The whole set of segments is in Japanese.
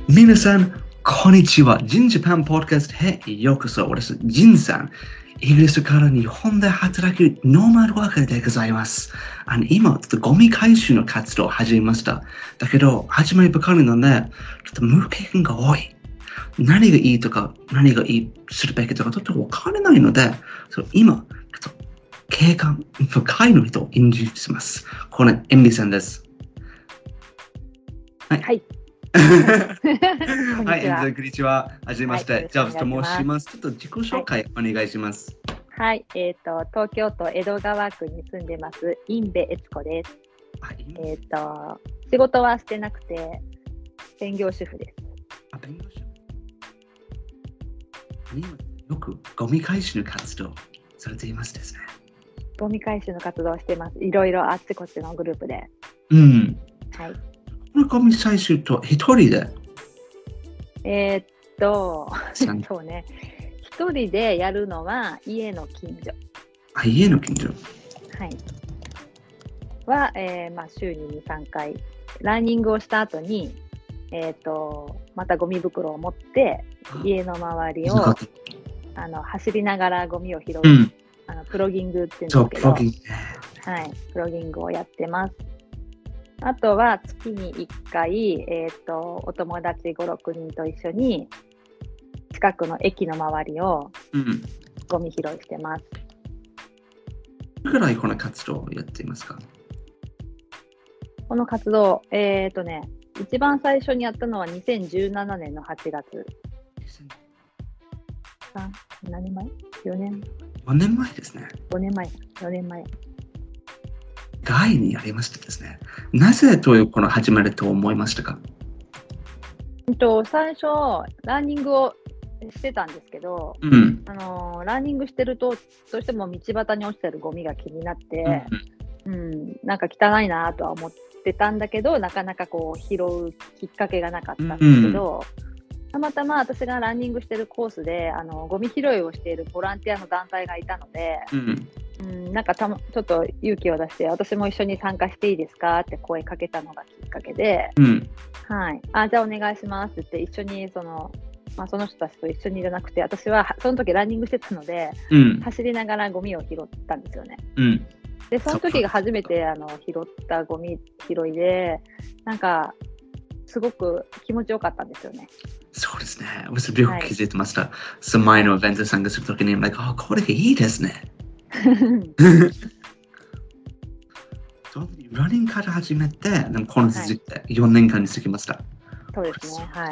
皆さん、こんにちは。ジンジャパンポッドキャストへようこそ。私、ジンさん。イギリスから日本で働くノーマルワーカーでございます。今、ちょっとゴミ回収の活動を始めました。だけど、始まりばかりなので、ちょっと無経験が多い。何がいいとか、何がいいするべきとか、ちょっとわからないので、今、ちょっと経験深いの人を演じします。このエミリーさんです。 はい。 はい、こんにちは。はじめまして。ジャブズと申します。ちょっと自己紹介お願いします。 はい、東京都江戸川区に住んでます、インベエツコです。仕事はしてなくて、専業主婦です。 専業主婦。よくゴミ回収の活動されていますですね。 ゴミ回収の活動をしてます。いろいろあっちこっちのグループで。はい。 このゴミ回収と一人でそうね。一人でやるのは家の近所。 家の近所。 はい。は、週に2、3回、ランニングをした後に、またゴミ袋を持って、家の周りを走りながらゴミを拾う、プロギングっていうんですけど、はい、プロギングをやってます。あとは月に1回、お友達5、6人と一緒に近くの駅の周りをゴミ拾いしてます。 どれくらいこの活動をやっていますか？ この活動、一番最初にやったのは2017年の8月。何年前 ?4 年 ?4 年前ですね。 4年前。 外にやりましたですね。なぜこの始めると思いましたか？ 最初、ランニングをしてたんですけど、ランニングしてると、どうしても道端に落ちてるゴミが気になって、なんか汚いなとは思ってたんだけど、なかなか拾うきっかけがなかったんですけど、たまたま私がランニングしてるコースでゴミ拾いをしているボランティアの団体がいたので、なんかちょっと勇気を出して私も一緒に参加していいですかって声かけたのがきっかけで、はい、じゃあお願いしますって言って一緒にその人たちと一緒にじゃなくて、私はその時ランニングしてたので、走りながらゴミを拾ったんですよね。でその時が初めて拾ったゴミ拾いで、なんかすごく気持ちよかったんですよね。 そうですね。私よく気づいてました。前のイベント参加するときに、これがいいですね。ランニングから始めて、この続いて4年間に過ぎました。 そうですね。はい。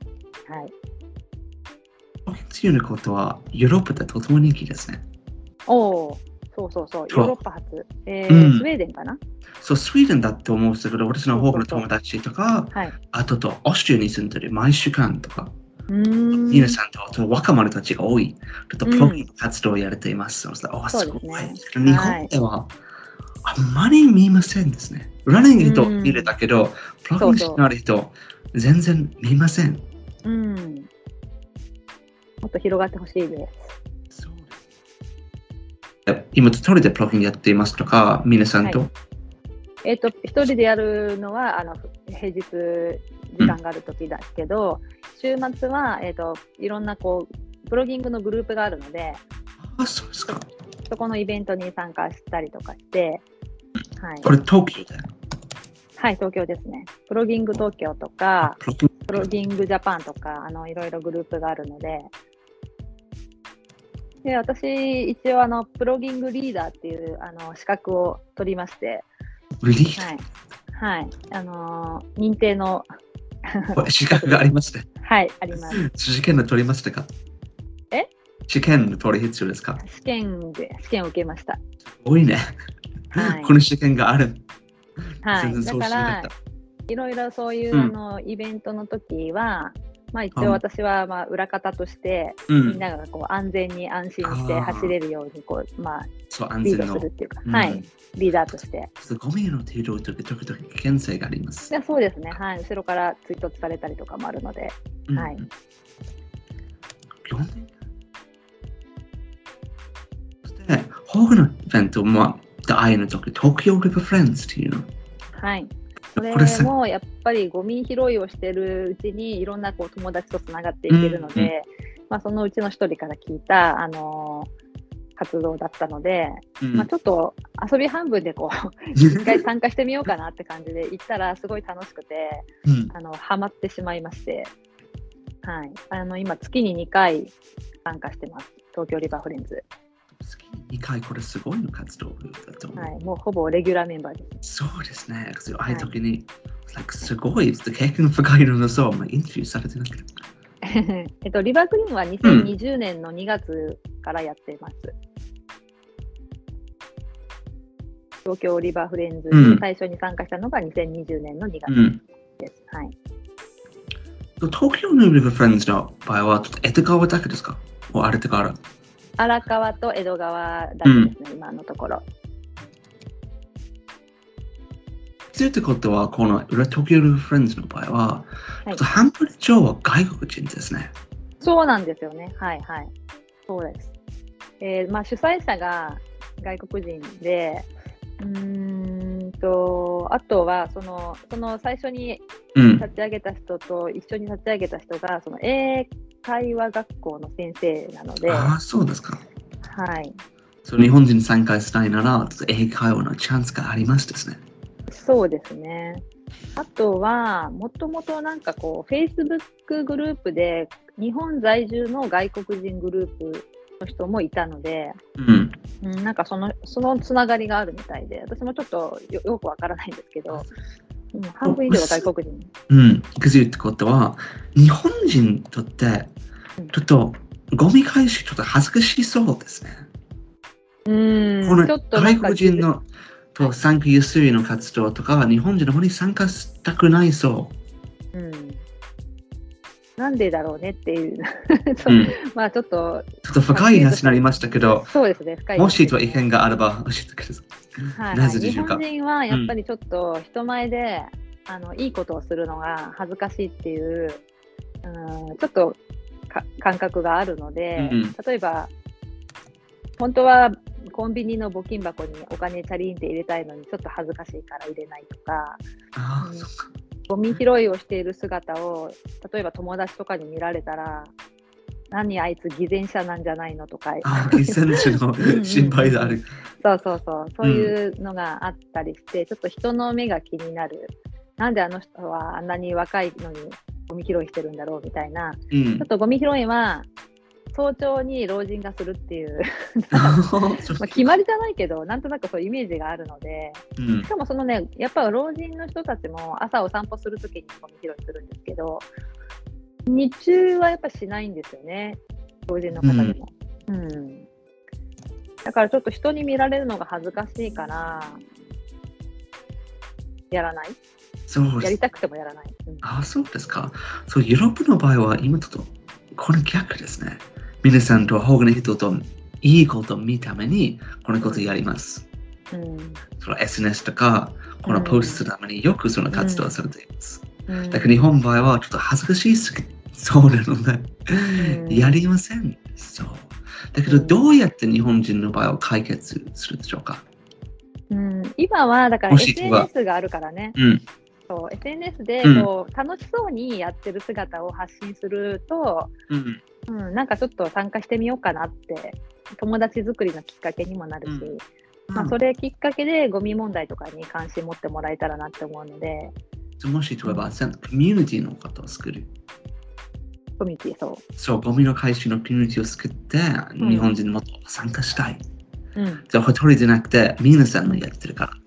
ということは、ヨーロッパでとても人気ですね。 そう。ヨーロッパ初。スウェーデンかな？ スウェーデンだと思うんですけど、私の方の友達とか、あとオーストリアに住んでる毎週間とか、皆さんと若者たちが多い、プロギング活動をやれています。すごい。日本ではあんまり見ませんですね。ランニング人見るだけど、プロギングしない人、全然見ません。 もっと広がってほしいです。 今、一人でプロギングやっていますとか、皆さんと、 一人でやるのは平日時間がある時だけど、週末はいろんなプロギングのグループがあるので、 そうですか。 そこのイベントに参加したりとかして、 これ東京で？ はい、東京ですね。プロギング東京とか、プロギングジャパンとか、いろいろグループがあるので、私、一応プロギングリーダーっていう資格を取りまして、認定の資格がありまして。 はい、あります。 試験で取りましたか？試験で取る必要ですか？ 試験を受けました。 すごいね。この試験がある。 だから、いろいろそういうイベントの時は、一応私は裏方として、みんなが安全に安心して走れるようにリードするっていうか、リーダーとして。 ゴミの手量と時々危険性があります。 そうですね。後ろから追突されたりとかもあるので。 ホーグのイベントも、の時、東京リバーフレンズっていうの。 それもやっぱりゴミ拾いをしてるうちにいろんなこう友達とつながっていけるので、そのうちの一人から聞いた、活動だったので、ちょっと遊び半分でこう一回参加してみようかなって感じで行ったらすごい楽しくて、ハマってしまいまして、はい、今月に2回参加してます。東京リバーフレンズ。 月に2回、これすごいの活動だと思う。 はい、もうほぼレギュラーメンバーです。 そうですね。ああいう時に、すごい経験深いのだそう、インタビューされてなくて。 リバークリーンは2020年の2月からやっています。東京リバーフレンズに最初に参加したのが2020年の2月です。はい。 東京のリバーフレンズの場合は、江戸川だけですか？荒川？ 荒川と江戸川だけですね、今のところ。 ということは、この東京リバーフレンズの場合は、半分以上は外国人ですね。 そうなんですよね。はいはい。そうです。主催者が外国人で、あとはその最初に立ち上げた人と一緒に立ち上げた人がその英会話学校の先生なので。 ああ、そうですか。 はい。 日本人参加したいなら英会話のチャンスがありますですね。 そうですね。あとはもともとなんかこう Facebook グループで日本在住の外国人グループの人もいたので、なんかそのつながりがあるみたいで、私もちょっとよくわからないんですけど、半分以上は外国人。 くずってことは、日本人にとって、ちょっとゴミ回収ちょっと恥ずかしそうですね。この外国人のと参加ゆすりの活動とか、日本人の方に参加したくないそう。 なんでだろうねっていうちょっと深い話になりましたけど、 そうですね、深い。 もし意見があれば教えてください。なぜでしょうか。 日本人はやっぱりちょっと人前で、いいことをするのが恥ずかしいっていう、ちょっと感覚があるので、例えば本当はコンビニの募金箱にお金チャリンって入れたいのにちょっと恥ずかしいから入れないとか、ゴミ拾いをしている姿を例えば友達とかに見られたら、何あいつ偽善者なんじゃないのとか、 偽善者の心配がある。 そういうのがあったりして、ちょっと人の目が気になる。なんであの人はあんなに若いのにゴミ拾いしてるんだろうみたいな、ちょっとゴミ拾いは早朝に老人がするっていう決まりじゃないけど、なんとなくそういうイメージがあるので、しかもそのね、やっぱ老人の人たちも朝お散歩するときにゴミ拾いするんですけど、日中はやっぱしないんですよね、老人の方でも。だからちょっと人に見られるのが恥ずかしいから、やらない。やりたくてもやらない。 そうですか。そう、ヨーロッパの場合は今ちょっとこの逆ですね。皆さんと他の人といいことを見るためにこのことをやります。その SNS とかこのポストするためによくその活動をされています。だから日本の場合はちょっと恥ずかしいそうなので、やりません。そう。だけどどうやって日本人の場合は解決するでしょうか。 今はだから SNS があるからね。SNS でこう楽しそうにやってる姿を発信すると、なんかちょっと参加してみようかなって友達作りのきっかけにもなるし、それきっかけでゴミ問題とかに関心持ってもらえたらなって思うので、 もし例えばコミュニティの方を作る。 コミュニティ、 そう、ゴミの回収のコミュニティを作って日本人もっと参加したい。じゃあ一人じゃなくて皆さんもやってるから。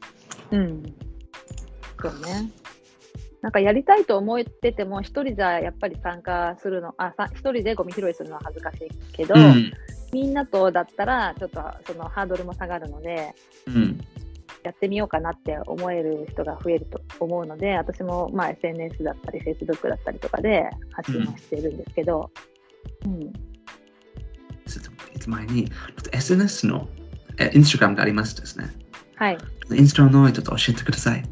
そうね。なんかやりたいと思ってても一人じゃやっぱり参加するの、一人でゴミ拾いするのは恥ずかしいけど、みんなとだったらちょっとそのハードルも下がるので、やってみようかなって思える人が増えると思うので、私もSNS だったり Facebook だったりとかで発信をしているんですけど、 前に SNS のインスタグラムがありますですね。 はい。 インスタの名前ちょっと教えてください。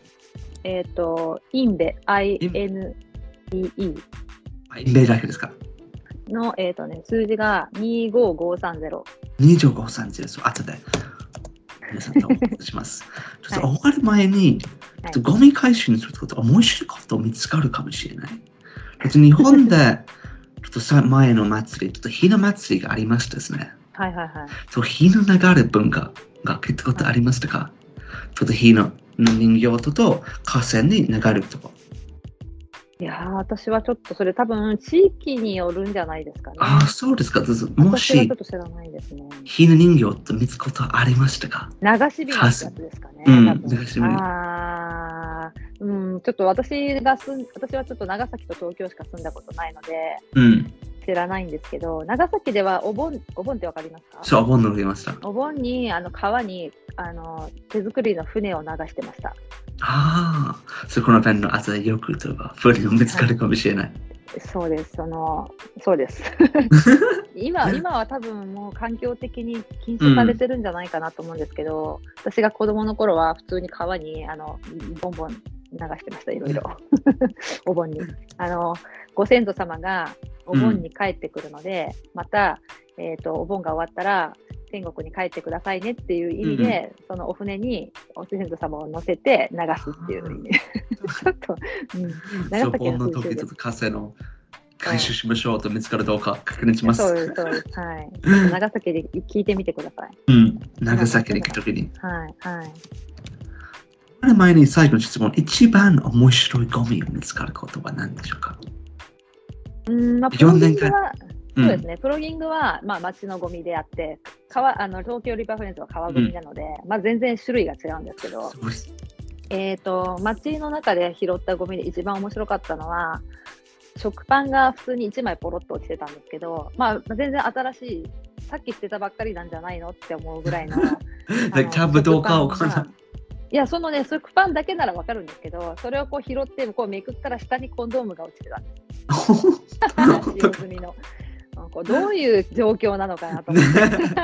インベ、INBE。 インベだけですか？ の、数字が25530。 25530、そう、後で。 皆さんとお願いします。ちょっと終わる前に、ちょっとゴミ回収にすると面白いこと見つかるかもしれない。日本で、ちょっと前の祭り、ちょっとひな祭りがありましたですね。 はいはいはい。 そう、火の流れ文化が聞いたことありましたか？ちょっと火の人形と河川に流れるとこ。 いやー、私はちょっとそれ多分地域によるんじゃないですかね。 ああ、そうですか。もし、 私はちょっと知らないですね。 火の人形と見つかことありましたか？ 流し火のやつですかね。 流し火。 ちょっと私はちょっと長崎と東京しか住んだことないので、知らないんですけど、長崎ではお盆ってわかりますか？ そう、お盆乗りました。 お盆に川に手作りの船を流してました。 ああ、そこの辺の朝よくとか船を見つかるかもしれない。 そうです、そうです。今は多分もう環境的に禁止されてるんじゃないかなと思うんですけど、私が子供の頃は普通に川にボンボン流してました、いろいろ。お盆に。ご先祖様がお盆に帰ってくるので、また、お盆が終わったら天国に帰ってくださいねっていう意味で、そのお船にお先祖様を乗せて流すっていう意味で。ちょっと、 長崎の時ちょっと河川の回収しましょうと見つかるどうか確認します。 そうです。はい。長崎で聞いてみてください。 長崎に行くときに。 はい。 前に最後の質問、一番面白いゴミを見つかることは何でしょうか？ プロギングは、そうですね。プロギングは、町のゴミであって、東京リバーフレンズは川ゴミなので、全然種類が違うんですけど、町の中で拾ったゴミで一番面白かったのは、食パンが普通に1枚ポロッと落ちてたんですけど、全然新しい、さっき捨てたばっかりなんじゃないのって思うぐらいの。 キャブどうかわからない。 いや、食パンだけならわかるんですけど、それを拾ってめくったら下にコンドームが落ちてたんです。使用済みの。どういう状況なのかなと思って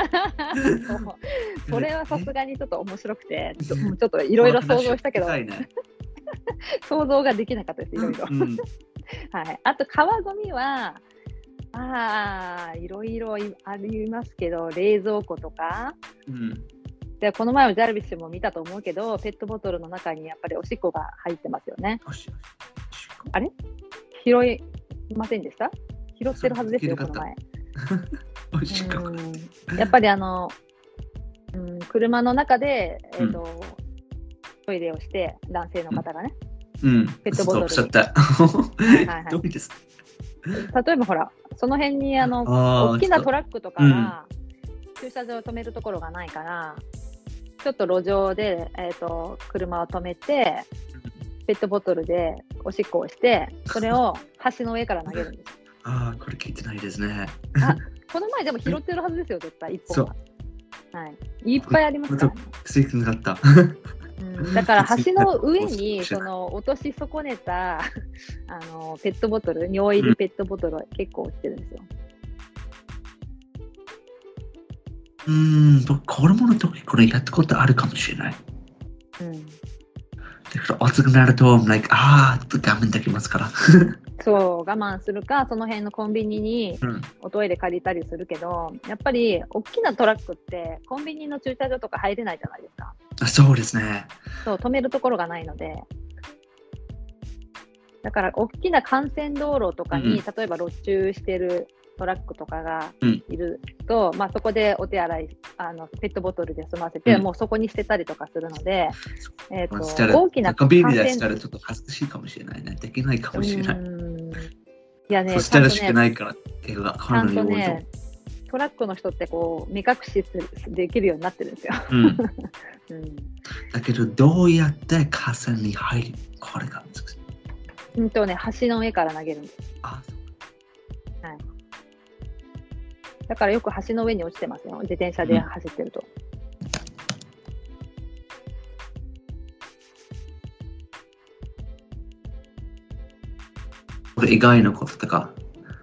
それはさすがにちょっと面白くて、ちょっといろいろ想像したけど、想像ができなかったです、いろいろ。はい、あと川ゴミはいろいろありますけど、冷蔵庫とか、でこの前もジャルビッシュも見たと思うけど、ペットボトルの中にやっぱりおしっこが入ってますよね。あれ拾いませんでした？拾ってるはずですよ、この前。やっぱり車の中で、トイレをして、男性の方がね、ペットボトルに。 どうです？ 例えばほら、その辺に大きなトラックとかが、駐車場を止めるところがないから、ちょっと路上で、車を止めて、ペットボトルでおしっこをして、それを橋の上から投げるんです。 これ聞いてないですね。 この前でも拾ってるはずですよ、絶対、一本は。いっぱいありますからね。だから橋の上に落とし損ねたペットボトル、尿入りペットボトルは結構落ちてるんですよ。 僕、子供の時これやったことあるかもしれない。だから暑くなると、ちょっと我慢できますから。 そう、我慢するか、その辺のコンビニにおトイレ借りたりするけど、やっぱり大きなトラックってコンビニの駐車場とか入れないじゃないですか。 そうですね。 そう、止めるところがないので。だから大きな幹線道路とかに、例えば路駐してるトラックとかがいると、そこでお手洗いペットボトルで済ませて、もうそこに捨てたりとかするので、大きなコンビニでしたらちょっと恥ずかしいかもしれないね。できないかもしれない。 いやね、 そしたらしかないから、手がちゃんとね、トラックの人って目隠しできるようになってるんですよ。 だけど、どうやって河川に入る？これが難しい。 橋の上から投げるんです。だからよく橋の上に落ちてますよ、自転車で走ってると。 これ以外のこととか。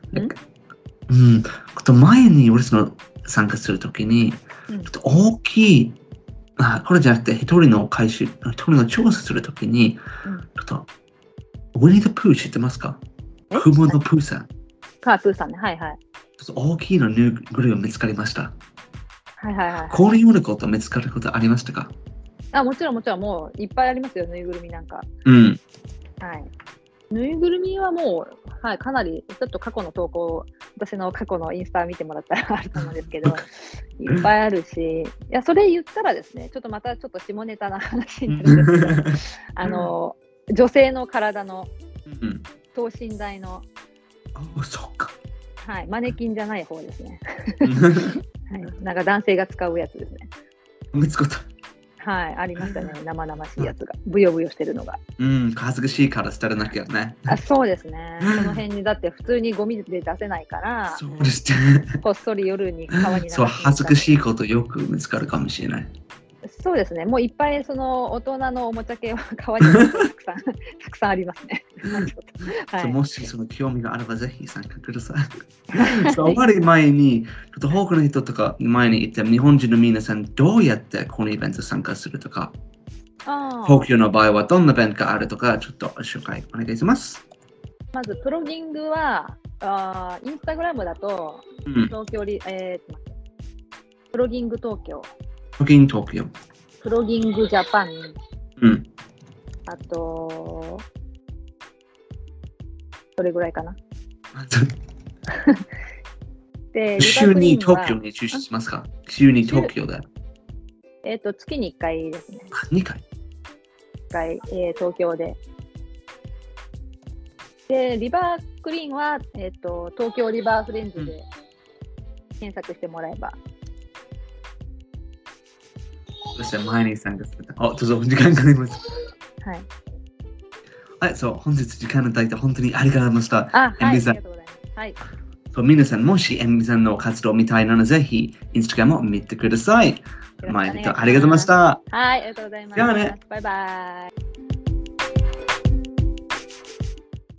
前に俺参加するときに、ちょっと大きい、これじゃなくて一人の調査するときに、ちょっと、ウィニー・ザ・プー知ってますか？クモのプーさん。 プーさんね、はいはい。 大きいのぬいぐるみが見つかりました。 はいはいはい。 こういうこと見つかることありましたか？ もちろん、もういっぱいありますよ、ぬいぐるみなんか。 うん。 はい。ぬいぐるみはもう、はい、かなり、ちょっと過去の投稿、私の過去のインスタ見てもらったらあると思うんですけど、いっぱいあるし、いや、それ言ったらですね、ちょっとまたちょっと下ネタな話になるんですけど、女性の体の等身大の、 そうか。 はい、マネキンじゃない方ですね。はい、なんか男性が使うやつですね。 見つかった。 はい、ありましたね。生々しいやつが。ブヨブヨしてるのが。 恥ずかしいから捨てらなきゃね。 そうですね。その辺にだって普通にゴミで出せないから、 そうですね。 こっそり夜に川に流す。 そう、恥ずかしいことよく見つかるかもしれない。 そうですね。もういっぱいその大人のおもちゃ系は川にたくさんありますね。 はい、もしその興味があればぜひ参加ください。終わり前に、ちょっと多くの人とか前に言って日本人の皆さんどうやってこのイベント参加するとか、東京の場合はどんなイベントがあるとか、ちょっと紹介お願いします。 まずプロギングは、インスタグラムだと、東京プロギング東京。 プロギング東京。 プロギングジャパン。あと、それぐらいかな。 で、週に東京に出資しますか？週に東京で。 月に1回ですね。 2回 ?1 回、東京で。で、リバークリーンは、東京リバーフレンズで検索してもらえば。 そして前に参加する。どうぞ、時間があります。 はい。 はい、そう、本日時間いただいて本当にありがとうございました。 はい、ありがとうございます。はい。 皆さん、もしエミさんの活動を見たいなら、ぜひ、インスタグラムを見てください。前にありがとうございました。 はい、ありがとうございます。 じゃあね。 バイバイ。